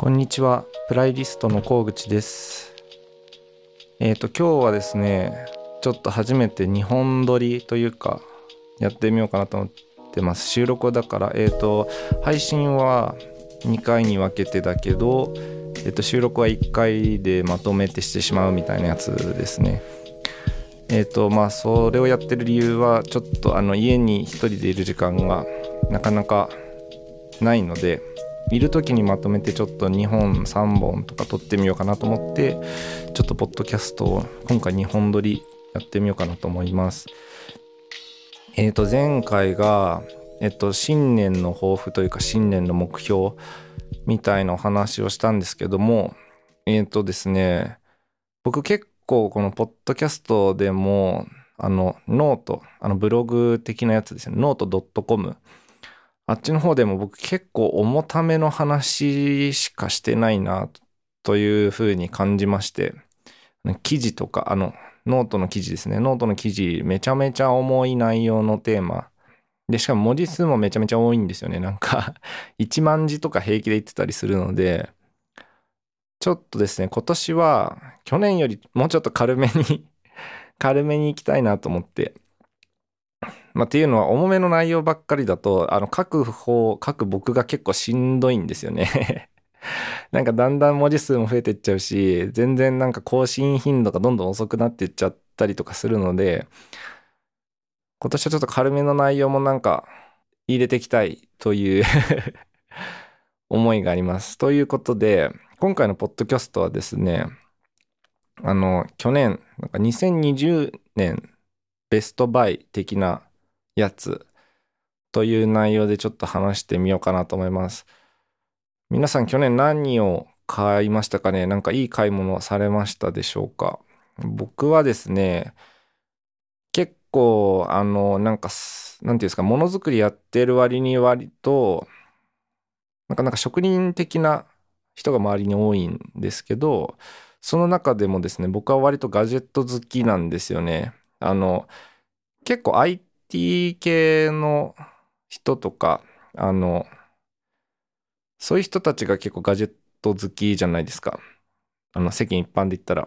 こんにちは、プライリストの河口です。今日はですね、ちょっと初めて2本撮りというかやってみようかなと思ってます。収録だから、配信は2回に分けてだけど、収録は1回でまとめてしてしまうみたいなやつですね。それをやってる理由はちょっと家に一人でいる時間がなかなかないので、いる時にまとめてちょっと2本3本とか撮ってみようかなと思って、ちょっとポッドキャストを今回2本撮りやってみようかなと思います。前回が新年の抱負というか新年の目標みたいなお話をしたんですけども、ですね、僕結構このポッドキャストでもノート、ブログ的なやつですね、ノート .com、あっちの方でも僕結構重ための話しかしてないなというふうに感じまして、記事とかノートの記事ですね、ノートの記事めちゃめちゃ重い内容のテーマで、しかも文字数もめちゃめちゃ多いんですよね。なんか1万字とか平気で言ってたりするので、ちょっとですね、今年は去年よりもうちょっと軽めに軽めに行きたいなと思って、っていうのは重めの内容ばっかりだと書く僕が結構しんどいんですよね。なんかだんだん文字数も増えていっちゃうし、全然なんか更新頻度がどんどん遅くなっていっちゃったりとかするので、今年はちょっと軽めの内容もなんか入れていきたいという思いがあります。ということで、今回のポッドキャストはですね、去年なんか2020年ベストバイ的なやつという内容でちょっと話してみようかなと思います。皆さん去年何を買いましたかね。なんかいい買い物されましたでしょうか。僕はですね、結構なんていうんですか、ものづくりやってる割に割となんか職人的な人が周りに多いんですけど、その中でもですね、僕は割とガジェット好きなんですよね。結構 IT 系の人とか、そういう人たちが結構ガジェット好きじゃないですか。世間一般で言ったら。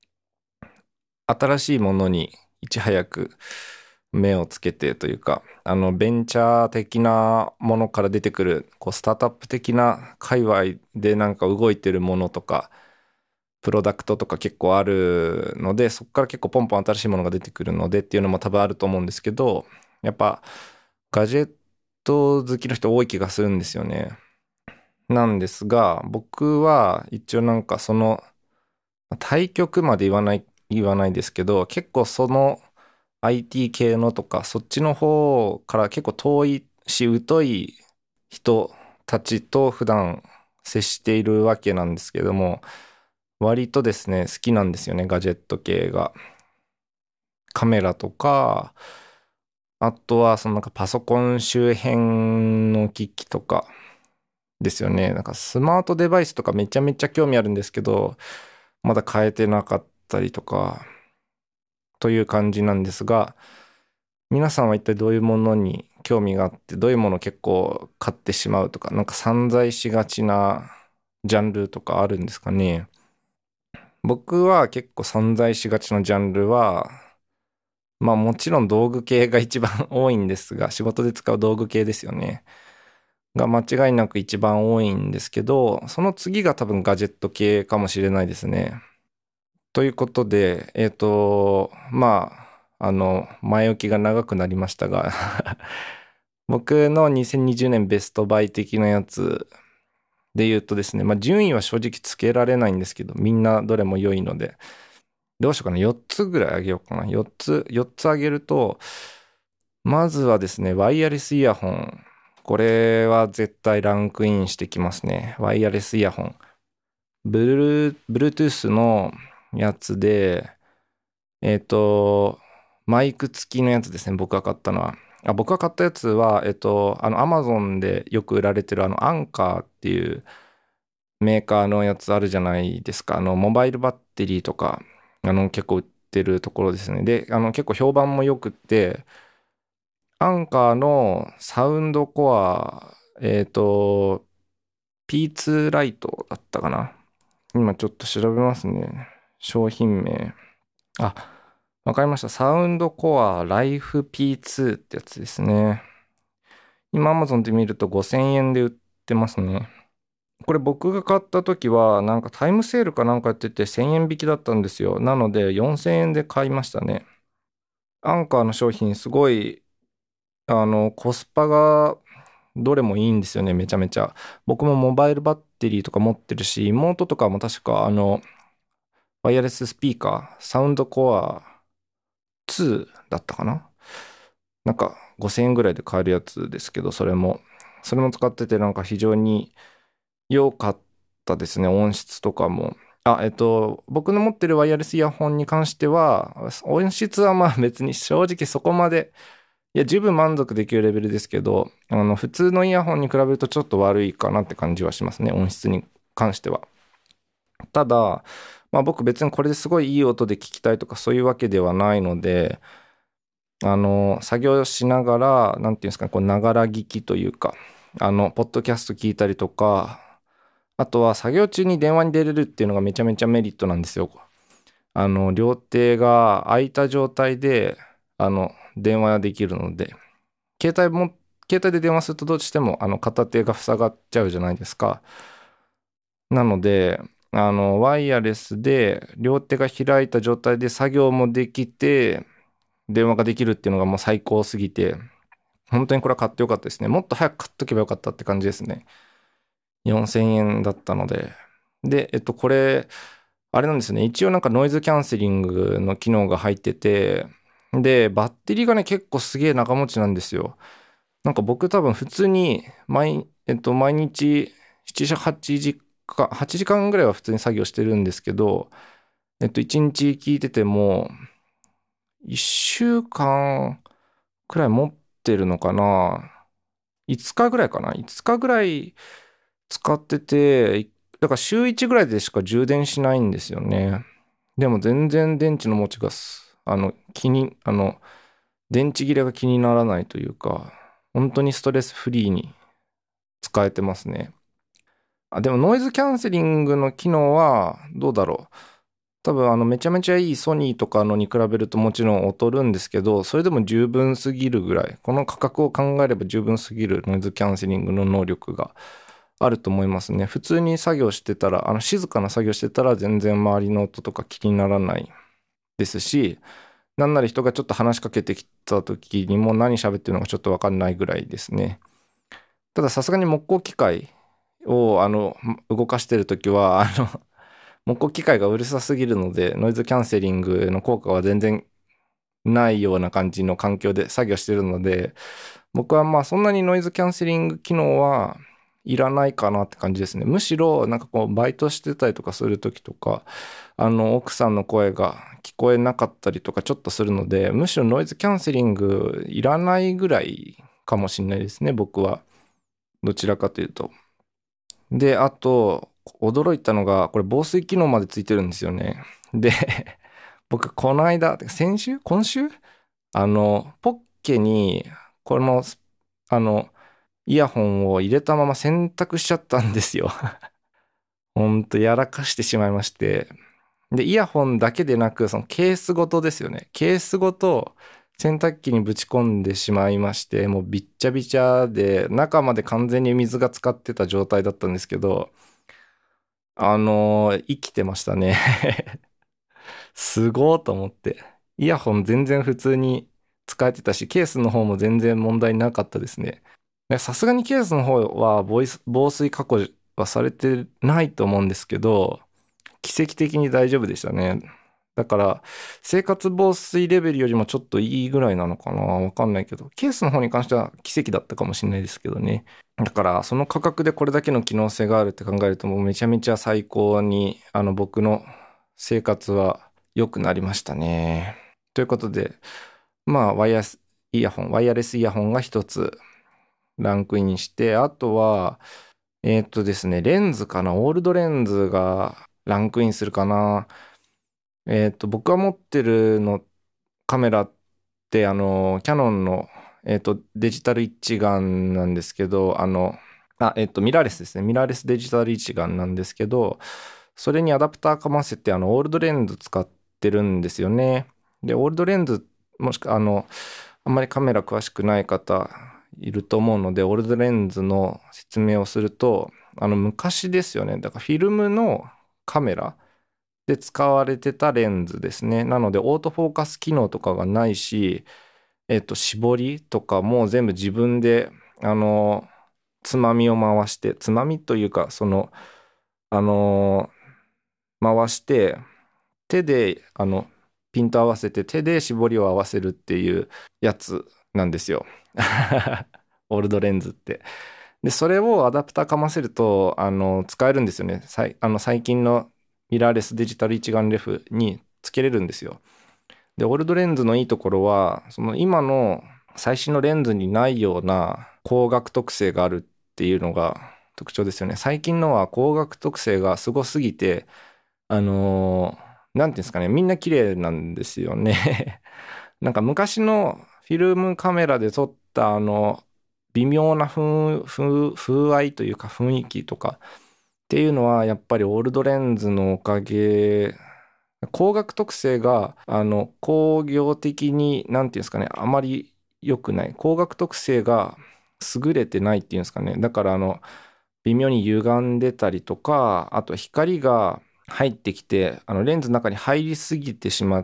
新しいものにいち早く目をつけてというか、ベンチャー的なものから出てくる、こう、スタートアップ的な界隈でなんか動いてるものとか、プロダクトとか結構あるので、そこから結構ポンポン新しいものが出てくるのでっていうのも多分あると思うんですけど、やっぱガジェット好きの人多い気がするんですよね。なんですが、僕は一応なんかその対局まで言わないですけど、結構その IT 系のとか、そっちの方から結構遠いし、疎い人たちと普段接しているわけなんですけども、割とですね、好きなんですよね、ガジェット系が。カメラとか、あとはそのなんかパソコン周辺の機器とかですよね。なんかスマートデバイスとかめちゃめちゃ興味あるんですけど、まだ買えてなかったりとか、という感じなんですが、皆さんは一体どういうものに興味があって、どういうものを結構買ってしまうとか、なんか散財しがちなジャンルとかあるんですかね。僕は結構散財しがちなジャンルは、もちろん道具系が一番多いんですが、仕事で使う道具系ですよね。が間違いなく一番多いんですけど、その次が多分ガジェット系かもしれないですね。ということで、前置きが長くなりましたが僕の2020年ベストバイ的なやつで言うとですね、順位は正直つけられないんですけど、みんなどれも良いので、どうしようかな、4つぐらいあげようかな。4つあげると、まずはですね、ワイヤレスイヤホン。これは絶対ランクインしてきますね。ワイヤレスイヤホン。Bluetooth のやつで、えっと、マイク付きのやつですね、僕が買ったのは。僕が買ったやつは、Amazon でよく売られてるアンカーっていうメーカーのやつあるじゃないですか。モバイルバッテリーとか、結構売ってるところですね。で、結構評判も良くって、アンカーのサウンドコア、 P2 ライトだったかな。今ちょっと調べますね。商品名。あ、わかりました。サウンドコアライフ P2 ってやつですね。今 Amazon で見ると5000円で売ってますね。これ僕が買った時はなんかタイムセールかなんかやってて1000円引きだったんですよ。なので4000円で買いましたね。アンカーの商品すごい、コスパがどれもいいんですよね、めちゃめちゃ。僕もモバイルバッテリーとか持ってるし、妹とかも確かワイヤレススピーカー、サウンドコア2だったかな。なんか5000円ぐらいで買えるやつですけど、それも使っててなんか非常に良かったですね、音質とかも。僕の持ってるワイヤレスイヤホンに関しては、音質はまあ別に正直そこまで、いや、十分満足できるレベルですけど、普通のイヤホンに比べるとちょっと悪いかなって感じはしますね、音質に関しては。ただ、まあ僕別にこれですごいいい音で聞きたいとかそういうわけではないので、作業しながら、なんていうんですかね、こう、ながら聞きというか、ポッドキャスト聞いたりとか、あとは作業中に電話に出れるっていうのがめちゃめちゃメリットなんですよ。両手が空いた状態で、電話できるので、携帯で電話するとどうしても、片手が塞がっちゃうじゃないですか。なので、ワイヤレスで両手が開いた状態で作業もできて、電話ができるっていうのがもう最高すぎて、本当にこれは買ってよかったですね。もっと早く買っとけばよかったって感じですね。4000円だったので。で、これ、あれなんですね。一応なんかノイズキャンセリングの機能が入ってて、で、バッテリーがね、結構すげえ長持ちなんですよ。なんか僕多分普通に毎日7、8時間、8時間ぐらいは普通に作業してるんですけど、1日聞いてても、1週間くらい持ってるのかな。5日ぐらいかな。5日ぐらい使ってて、だから週1ぐらいでしか充電しないんですよね。でも全然電池の持ちが電池切れが気にならないというか、本当にストレスフリーに使えてますね。あ、でもノイズキャンセリングの機能はどうだろう。多分めちゃめちゃいいソニーとかのに比べるともちろん劣るんですけど、それでも十分すぎるぐらい、この価格を考えれば十分すぎるノイズキャンセリングの能力があると思いますね。普通に作業してたら、静かな作業してたら全然周りの音とか気にならないですし、なんなら人がちょっと話しかけてきた時にも何喋ってるのかちょっとわかんないぐらいですね。たださすがに木工機械を動かしてる時は、木工機械がうるさすぎるので、ノイズキャンセリングの効果は全然ないような感じの環境で作業してるので、僕はまあそんなにノイズキャンセリング機能はいらないかなって感じですね。むしろなんかこうバイトしてたりとかする時とか、奥さんの声が聞こえなかったりとかちょっとするので、むしろノイズキャンセリングいらないぐらいかもしれないですね、僕は。どちらかというと。で、あと、驚いたのが、これ防水機能までついてるんですよね。で、僕、この間、今週ポッケに、この、あの、イヤホンを入れたまま洗濯しちゃったんですよ。ほんと、やらかしてしまいまして。で、イヤホンだけでなく、そのケースごとですよね。ケースごと洗濯機にぶち込んでしまいまして、もうびっちゃびちゃで、中まで完全に水が浸かってた状態だったんですけど、生きてましたね。すごーと思って。イヤホン全然普通に使えてたし、ケースの方も全然問題なかったですね。さすがにケースの方は防水加工はされてないと思うんですけど、奇跡的に大丈夫でしたね。だから、生活防水レベルよりもちょっといいぐらいなのかなわかんないけど、ケースの方に関しては奇跡だったかもしれないですけどね。だから、その価格でこれだけの機能性があるって考えると、もうめちゃめちゃ最高に、僕の生活は良くなりましたね。ということで、まあ、ワイヤレスイヤホンが一つランクインして、あとは、ですね、レンズかな、オールドレンズがランクインするかな。僕が持ってるカメラって、キャノンの、デジタル一眼なんですけど、 ミラーレスですね。ミラーレスデジタル一眼なんですけど、それにアダプターかませて、オールドレンズ使ってるんですよね。で、オールドレンズ、もしくは、あんまりカメラ詳しくない方いると思うので、オールドレンズの説明をすると、昔ですよね。だからフィルムのカメラで使われてたレンズですね。なので、オートフォーカス機能とかがないし、絞りとかも全部自分で、あの、つまみを回して、つまみというか、あの、回して、手で、ピント合わせて手で絞りを合わせるっていうやつなんですよ。オールドレンズって。で、それをアダプターかませると、使えるんですよね。最近のミラーレスデジタル一眼レフにつけれるんですよ。で、オールドレンズのいいところは、その今の最新のレンズにないような光学特性があるっていうのが特徴ですよね。最近のは光学特性がすごすぎて、なんていうんですかね、みんな綺麗なんですよね。なんか昔のフィルムカメラで撮った微妙な風合いというか雰囲気とかっていうのはやっぱりオールドレンズのおかげ、光学特性が工業的になんていうんですかね、あまり良くない。光学特性が優れてないっていうんですかね。だから微妙に歪んでたりとか、あと光が入ってきて、レンズの中に入りすぎてしまって、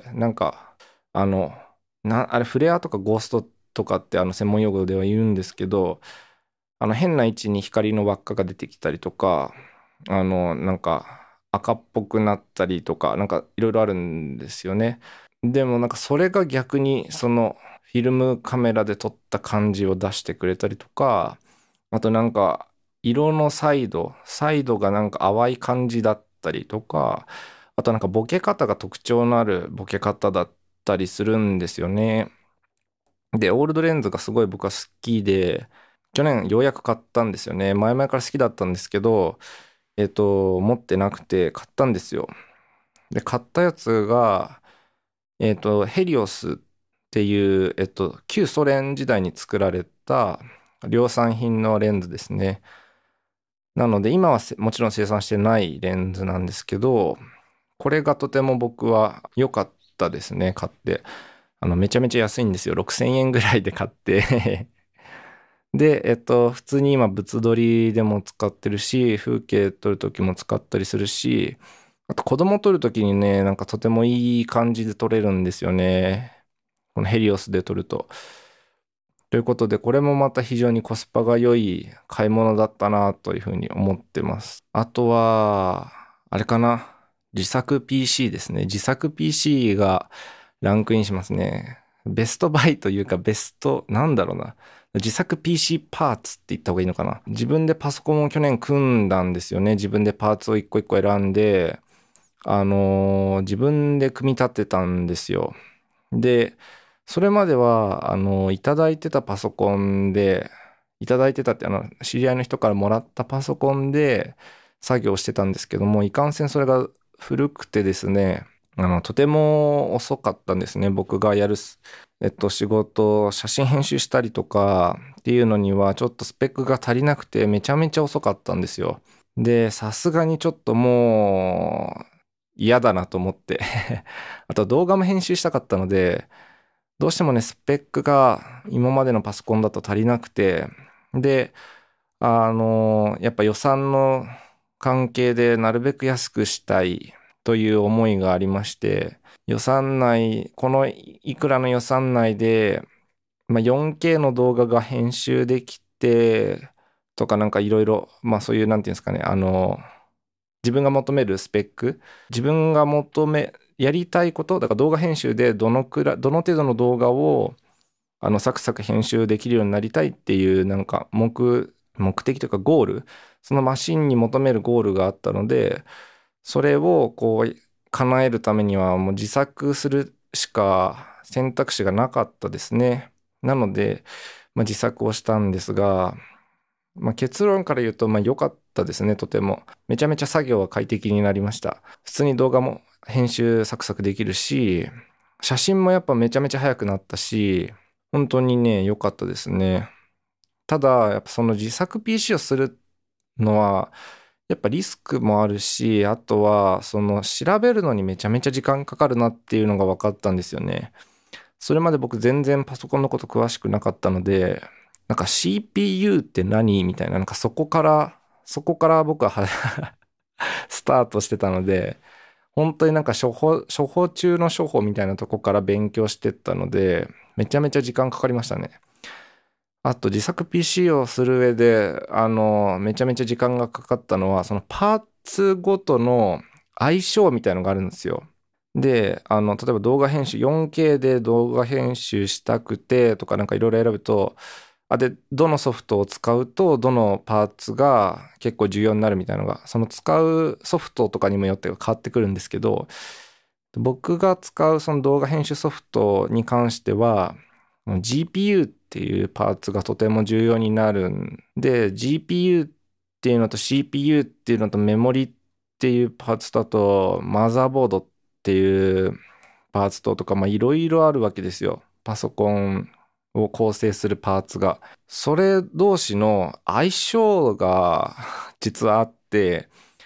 なんか、あの、あれ、フレアとかゴーストとかって専門用語では言うんですけど、変な位置に光の輪っかが出てきたりとか、なんか、赤っぽくなったりとか、なんかいろいろあるんですよね。でもなんかそれが逆にそのフィルムカメラで撮った感じを出してくれたりとか、あとなんか色のサイドがなんか淡い感じだったりとか、あとなんかボケ方が特徴のあるボケ方だったりするんですよね。で、オールドレンズがすごい僕は好きで、去年ようやく買ったんですよね。前々から好きだったんですけど、持ってなくて買ったんですよ。で、買ったやつが、ヘリオスっていう、旧ソ連時代に作られた量産品のレンズですね。なので、今はもちろん生産してないレンズなんですけど、これがとても僕は良かったですね、買って。めちゃめちゃ安いんですよ。6000円ぐらいで買ってで、普通に今物撮りでも使ってるし、風景撮るときも使ったりするし、あと子供撮るときにね、なんかとてもいい感じで撮れるんですよね。このヘリオスで撮ると。ということで、これもまた非常にコスパが良い買い物だったなというふうに思ってます。あとは、あれかな。自作 PC ですね。自作 PC がランクインしますね。ベストバイというかなんだろうな。自作 PC パーツって言った方がいいのかな。自分でパソコンを去年組んだんですよね。自分でパーツを一個一個選んで、自分で組み立てたんですよ。で、それまでは、いただいてたパソコンで、いただいてたって、知り合いの人からもらったパソコンで作業してたんですけども、いかんせんそれが古くてですね、とても遅かったんですね。僕がやる仕事、写真編集したりとかっていうのには、ちょっとスペックが足りなくて、めちゃめちゃ遅かったんですよ。で、さすがにちょっともう、嫌だなと思ってあと動画も編集したかったので、どうしてもね、スペックが今までのパソコンだと足りなくて、で、やっぱ予算の関係でなるべく安くしたいという思いがありまして、このいくらの予算内で、まあ、4K の動画が編集できて、とかなんかいろいろ、まあそういう、なんていうんですかね、自分が求めるスペック、自分がやりたいこと、だから動画編集でどの程度の動画をサクサク編集できるようになりたいっていうなんか目的というかゴール、そのマシンに求めるゴールがあったので、それをこう叶えるためにはもう自作するしか選択肢がなかったですね。なので、まあ、自作をしたんですが、まあ、結論から言うと、まあ、良かったですね、とても。めちゃめちゃ作業は快適になりました。普通に動画も編集サクサクできるし、写真もやっぱめちゃめちゃ早くなったし、本当にね、良かったですね。 ただ、やっぱその自作 PC をするのは、やっぱリスクもあるし、あとは、その調べるのにめちゃめちゃ時間かかるなっていうのが分かったんですよね。それまで僕全然パソコンのこと詳しくなかったので、なんか CPU って何みたいな、なんかそこから僕はスタートしてたので、本当になんか処方中の処方みたいなとこから勉強してったので、めちゃめちゃ時間かかりましたね。あと自作 PC をする上で、めちゃめちゃ時間がかかったのは、そのパーツごとの相性みたいのがあるんですよ。で、例えば動画編集、4K で動画編集したくてとかなんかいろいろ選ぶと、で、どのソフトを使うと、どのパーツが結構重要になるみたいなのが、その使うソフトとかにもよって変わってくるんですけど、僕が使うその動画編集ソフトに関しては、GPU っていうパーツがとても重要になるんで、GPU っていうのと CPU っていうのとメモリっていうパーツだと、マザーボードっていうパーツとか、まあいろいろあるわけですよ。パソコンを構成するパーツが。それ同士の相性が実はあって、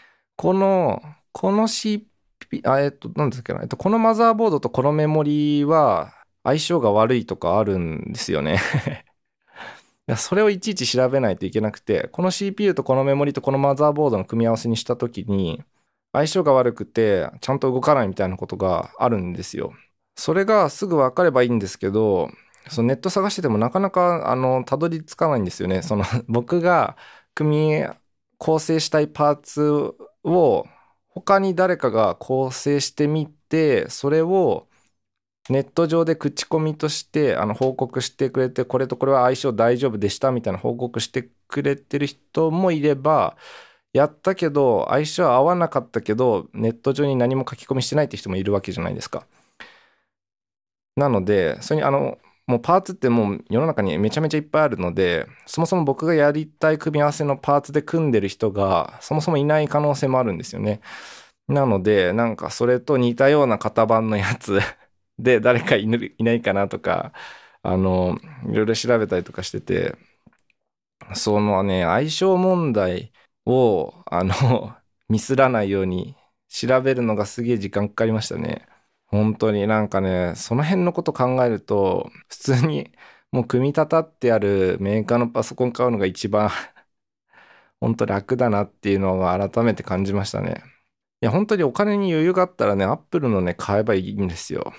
この CP、なんですかね、このマザーボードとこのメモリは相性が悪いとかあるんですよね。それをいちいち調べないといけなくて、この CPU とこのメモリとこのマザーボードの組み合わせにしたときに、相性が悪くて、ちゃんと動かないみたいなことがあるんですよ。それがすぐ分かればいいんですけど、そのネット探しててもなかなか、たどり着かないんですよね。その僕が構成したいパーツを、他に誰かが構成してみて、それをネット上で口コミとして報告してくれて、これとこれは相性大丈夫でしたみたいな報告してくれてる人もいれば、やったけど相性合わなかったけどネット上に何も書き込みしてないって人もいるわけじゃないですか。なのでそれにもうパーツってもう世の中にめちゃめちゃいっぱいあるので、そもそも僕がやりたい組み合わせのパーツで組んでる人がそもそもいない可能性もあるんですよね。なのでなんかそれと似たような型番のやつで誰かいないかなとか、いろいろ調べたりとかしてて、そのね、相性問題を、ミスらないように調べるのがすげえ時間かかりましたね。本当になんかね、その辺のこと考えると、普通にもう組み立たってあるメーカーのパソコン買うのが一番本当楽だなっていうのを改めて感じましたね。いや、本当にお金に余裕があったらね、アップルのね、買えばいいんですよ。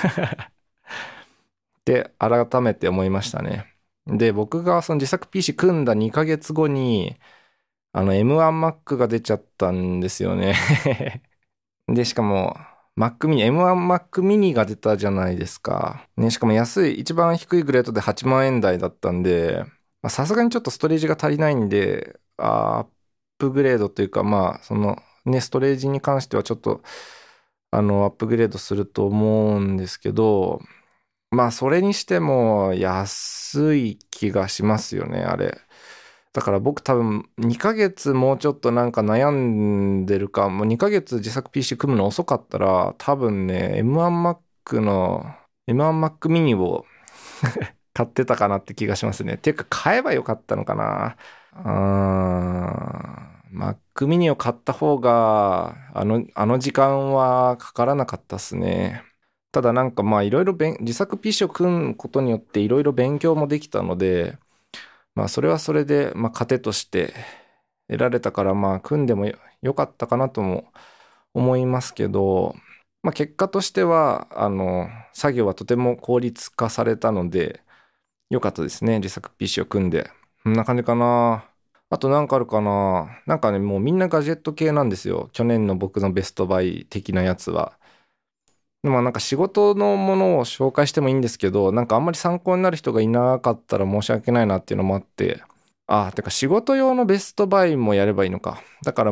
って改めて思いましたね。で、僕がその自作 PC 組んだ2ヶ月後に、M1Mac が出ちゃったんですよね。で、しかも、Mac mini、M1Mac mini が出たじゃないですか。ね、しかも安い、一番低いグレードで8万円台だったんで、さすがにちょっとストレージが足りないんで、アップグレードというか、まあ、その、ね、ストレージに関してはちょっと、アップグレードすると思うんですけど、まあ、それにしても安い気がしますよね、あれ。だから僕多分2ヶ月もうちょっとなんか悩んでるか、もう2ヶ月自作 PC 組むの遅かったら、多分ね、M1Mac mini を買ってたかなって気がしますね。ていうか買えばよかったのかな。Mac mini を買った方が、あの時間はかからなかったっすね。ただなんかまあいろいろ自作 PC を組むことによっていろいろ勉強もできたので、まあそれはそれで、まあ糧として得られたから、まあ組んでもよかったかなとも思いますけど、まあ結果としては、作業はとても効率化されたので、よかったですね。自作 PC を組んで。こんな感じかな。あとなんかあるかな。なんかね、もうみんなガジェット系なんですよ。去年の僕のベストバイ的なやつは。まあなんか仕事のものを紹介してもいいんですけど、なんかあんまり参考になる人がいなかったら申し訳ないなっていうのもあって、てか仕事用のベストバイもやればいいのか。だから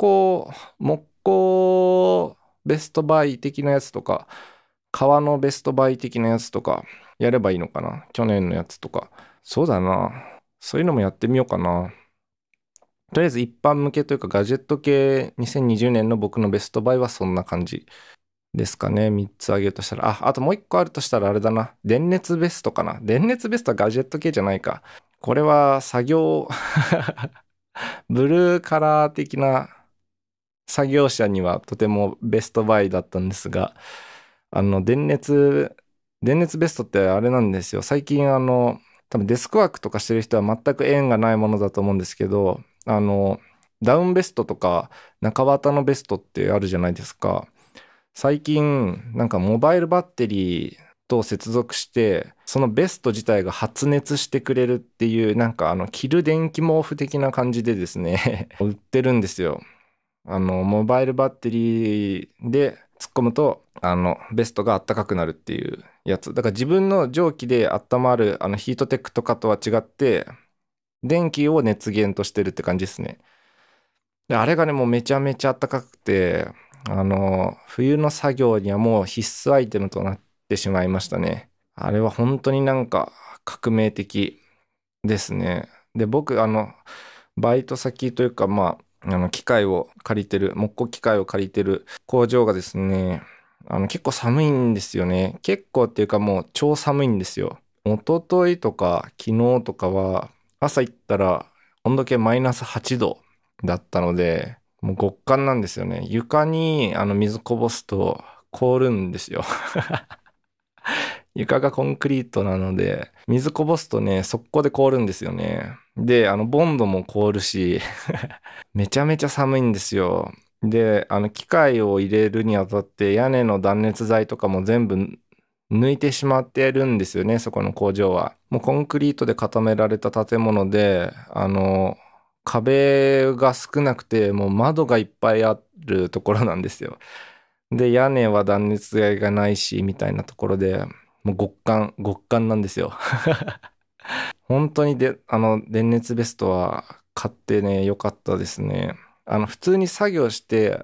木工ベストバイ的なやつとか、革のベストバイ的なやつとか、やればいいのかな。去年のやつとか。そうだな。そういうのもやってみようかな。とりあえず一般向けというかガジェット系2020年の僕のベストバイはそんな感じですかね。3つ挙げるとしたら。あともう1個あるとしたらあれだな。電熱ベストかな。電熱ベストはガジェット系じゃないか。 これは作業ブルーカラー的な作業者にはとてもベストバイだったんですが、電熱ベストってあれなんですよ。最近多分デスクワークとかしてる人は全く縁がないものだと思うんですけど、ダウンベストとか中綿のベストってあるじゃないですか。最近なんかモバイルバッテリーと接続して、そのベスト自体が発熱してくれるっていう、なんか着る電気毛布的な感じでですね売ってるんですよ。モバイルバッテリーで突っ込むと、ベストが暖かくなるっていうやつ。だから自分の蒸気で温まる、ヒートテックとかとは違って、電気を熱源としてるって感じですね。で、あれがね、もうめちゃめちゃ暖かくて、冬の作業にはもう必須アイテムとなってしまいましたね。あれは本当になんか革命的ですね。で、僕、バイト先というか、まあ、機械を借りてる、木工機械を借りてる工場がですね、結構寒いんですよね。結構っていうかもう超寒いんですよ。一昨日とか昨日とかは、朝行ったら温度計マイナス8度だったので、もう極寒なんですよね。床に水こぼすと凍るんですよ。床がコンクリートなので、水こぼすとね、速攻で凍るんですよね。で、ボンドも凍るし、めちゃめちゃ寒いんですよ。で、機械を入れるにあたって屋根の断熱材とかも全部抜いてしまってるんですよね、そこの工場は。もうコンクリートで固められた建物で、壁が少なくて、もう窓がいっぱいあるところなんですよ。で、屋根は断熱材がないし、みたいなところで、もう極寒なんですよ。本当にで、電熱ベストは買ってね、良かったですね。普通に作業して、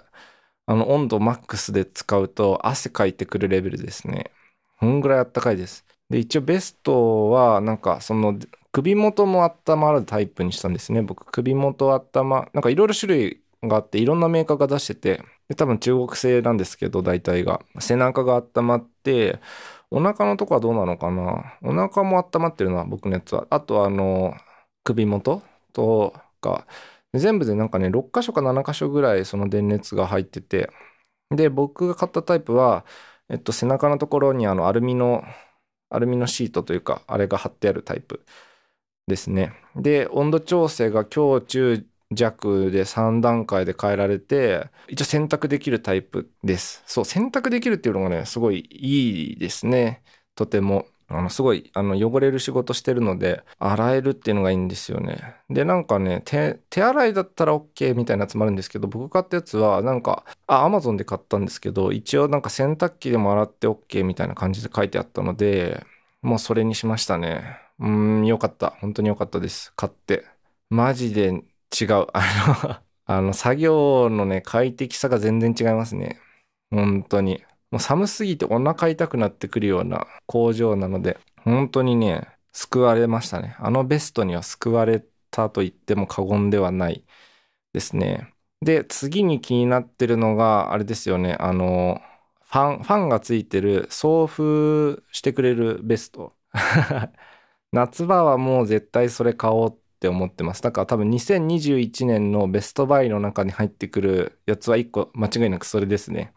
温度マックスで使うと汗かいてくるレベルですね。ほんぐらいあったかいです。で、一応ベストは、なんか、首元も温まるタイプにしたんですね。僕、首元なんかいろいろ種類があって、いろんなメーカーが出してて、で、多分中国製なんですけど、大体が。背中が温まって、お腹のとこはどうなのかな。お腹も温まってるな、僕のやつは。あと、首元とか、全部でなんかね、6箇所か7箇所ぐらいその電熱が入ってて、で、僕が買ったタイプは、背中のところにアルミのシートというか、あれが貼ってあるタイプですね。で、温度調整が強中弱で3段階で変えられて、一応選択できるタイプです。そう、選択できるっていうのがね、すごいいいですね。とても。すごい、汚れる仕事してるので、洗えるっていうのがいいんですよね。で、なんかね、手洗いだったら OK みたいなやつもあるんですけど、僕買ったやつは、なんか、Amazon で買ったんですけど、一応なんか洗濯機でも洗って OK みたいな感じで書いてあったので、もうそれにしましたね。よかった。本当によかったです。買って。マジで違う。作業のね、快適さが全然違いますね。本当に。もう寒すぎてお腹痛くなってくるような工場なので、本当にね、救われましたね。あのベストには救われたと言っても過言ではないですね。で、次に気になってるのが、あれですよね。ファンがついてる送風してくれるベスト。夏場はもう絶対それ買おうって思ってます。だから多分2021年のベストバイの中に入ってくるやつは1個間違いなくそれですね。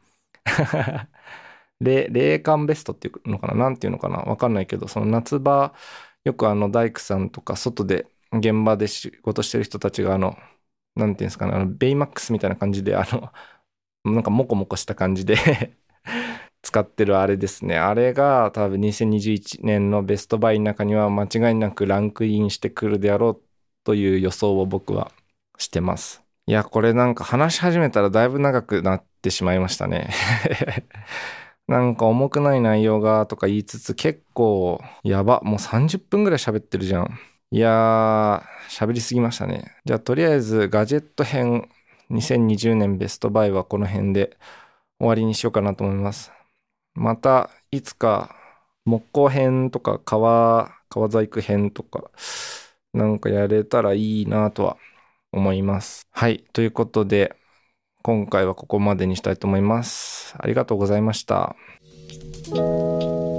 冷感ベストっていうのかな、なんていうのかなわかんないけど、その夏場、よく大工さんとか外で現場で仕事してる人たちがなんていうんですかね、ベイマックスみたいな感じで、なんかモコモコした感じで使ってるあれですね。あれが多分2021年のベストバイの中には間違いなくランクインしてくるであろうという予想を僕はしてます。いや、これなんか話し始めたらだいぶ長くなってしまいましたね。なんか重くない内容がとか言いつつ結構やば。もう30分ぐらい喋ってるじゃん。いやー、喋りすぎましたね。じゃあとりあえずガジェット編2020年ベストバイはこの辺で終わりにしようかなと思います。またいつか木工編とか革細工編とかなんかやれたらいいなとは思います。はい。ということで今回はここまでにしたいと思います。ありがとうございました。